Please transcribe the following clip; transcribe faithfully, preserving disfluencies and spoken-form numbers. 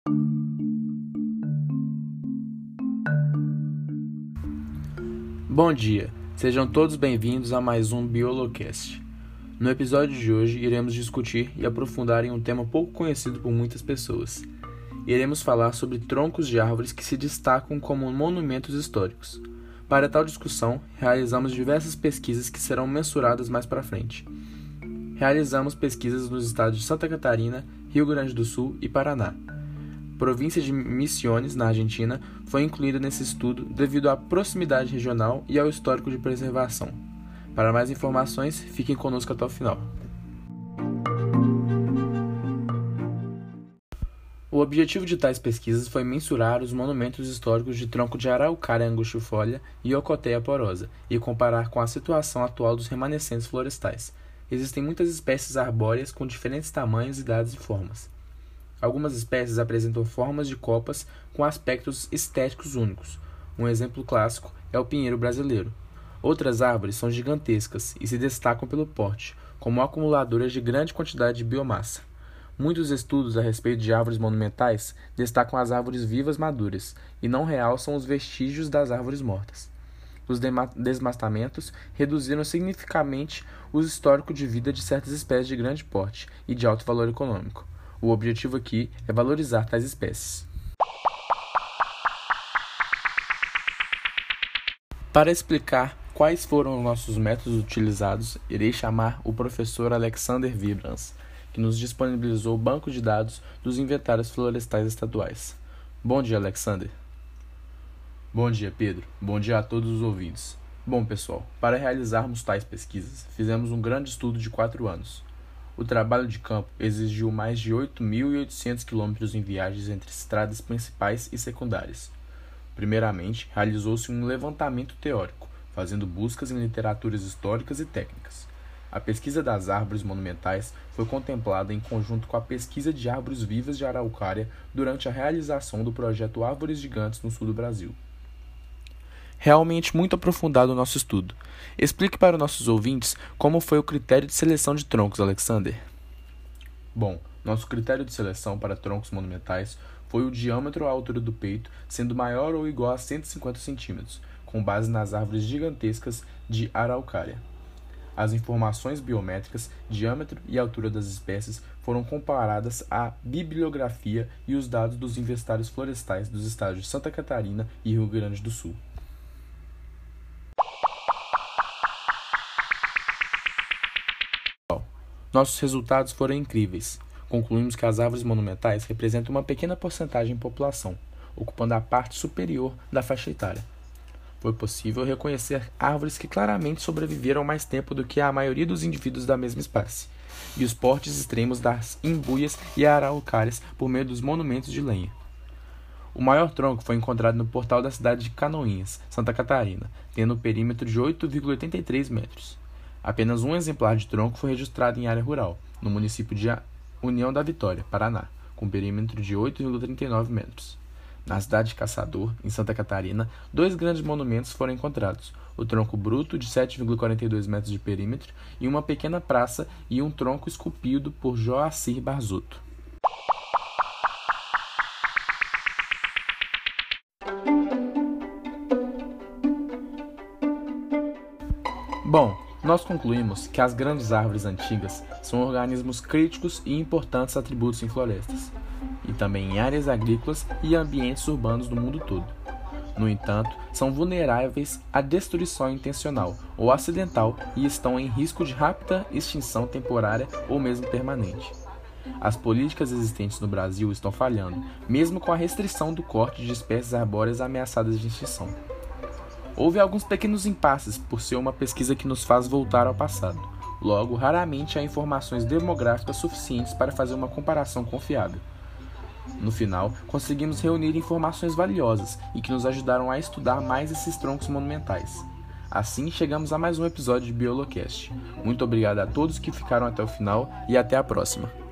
Bom dia, sejam todos bem-vindos a mais um Biolocast. No episódio de hoje, iremos discutir e aprofundar em um tema pouco conhecido por muitas pessoas. Iremos falar sobre troncos de árvores que se destacam como monumentos históricos. Para tal discussão, realizamos diversas pesquisas que serão mensuradas mais para frente. Realizamos pesquisas nos estados de Santa Catarina, Rio Grande do Sul e Paraná. Província de Misiones, na Argentina, foi incluída nesse estudo devido à proximidade regional e ao histórico de preservação. Para mais informações, fiquem conosco até o final. O objetivo de tais pesquisas foi mensurar os monumentos históricos de tronco de araucária angustifolia e ocoteia porosa e comparar com a situação atual dos remanescentes florestais. Existem muitas espécies arbóreas com diferentes tamanhos, idades e formas. Algumas espécies apresentam formas de copas com aspectos estéticos únicos. Um exemplo clássico é o pinheiro brasileiro. Outras árvores são gigantescas e se destacam pelo porte, como acumuladoras de grande quantidade de biomassa. Muitos estudos a respeito de árvores monumentais destacam as árvores vivas maduras e não realçam os vestígios das árvores mortas. Os desmastamentos reduziram significativamente o histórico de vida de certas espécies de grande porte e de alto valor econômico. O objetivo aqui é valorizar tais espécies. Para explicar quais foram os nossos métodos utilizados, irei chamar o professor Alexander Vibrans, que nos disponibilizou o banco de dados dos inventários florestais estaduais. Bom dia, Alexander. Bom dia, Pedro. Bom dia a todos os ouvintes. Bom, pessoal, para realizarmos tais pesquisas, fizemos um grande estudo de quatro anos. O trabalho de campo exigiu mais de oito mil e oitocentos quilômetros em viagens entre estradas principais e secundárias. Primeiramente, realizou-se um levantamento teórico, fazendo buscas em literaturas históricas e técnicas. A pesquisa das árvores monumentais foi contemplada em conjunto com a pesquisa de árvores vivas de araucária durante a realização do projeto Árvores Gigantes no sul do Brasil. Realmente muito aprofundado o nosso estudo. Explique para os nossos ouvintes como foi o critério de seleção de troncos, Alexander. Bom, nosso critério de seleção para troncos monumentais foi o diâmetro à altura do peito, sendo maior ou igual a cento e cinquenta centímetros, com base nas árvores gigantescas de araucária. As informações biométricas, diâmetro e altura das espécies foram comparadas à bibliografia e os dados dos inventários florestais dos estados de Santa Catarina e Rio Grande do Sul. Nossos resultados foram incríveis. Concluímos que as árvores monumentais representam uma pequena porcentagem da população, ocupando a parte superior da faixa etária. Foi possível reconhecer árvores que claramente sobreviveram mais tempo do que a maioria dos indivíduos da mesma espécie, e os portes extremos das imbuias e araucárias por meio dos monumentos de lenha. O maior tronco foi encontrado no portal da cidade de Canoinhas, Santa Catarina, tendo um perímetro de oito vírgula oitenta e três metros. Apenas um exemplar de tronco foi registrado em área rural, no município de União da Vitória, Paraná, com perímetro de oito vírgula trinta e nove metros. Na cidade de Caçador, em Santa Catarina, dois grandes monumentos foram encontrados, o tronco bruto de sete vírgula quarenta e dois metros de perímetro e uma pequena praça e um tronco esculpido por Joacir Barzotto. Bom, nós concluímos que as grandes árvores antigas são organismos críticos e importantes atributos em florestas, e também em áreas agrícolas e ambientes urbanos do mundo todo. No entanto, são vulneráveis à destruição intencional ou acidental e estão em risco de rápida extinção temporária ou mesmo permanente. As políticas existentes no Brasil estão falhando, mesmo com a restrição do corte de espécies arbóreas ameaçadas de extinção. Houve alguns pequenos impasses por ser uma pesquisa que nos faz voltar ao passado. Logo, raramente há informações demográficas suficientes para fazer uma comparação confiável. No final, conseguimos reunir informações valiosas e que nos ajudaram a estudar mais esses troncos monumentais. Assim, chegamos a mais um episódio de Biolocast. Muito obrigado a todos que ficaram até o final e até a próxima.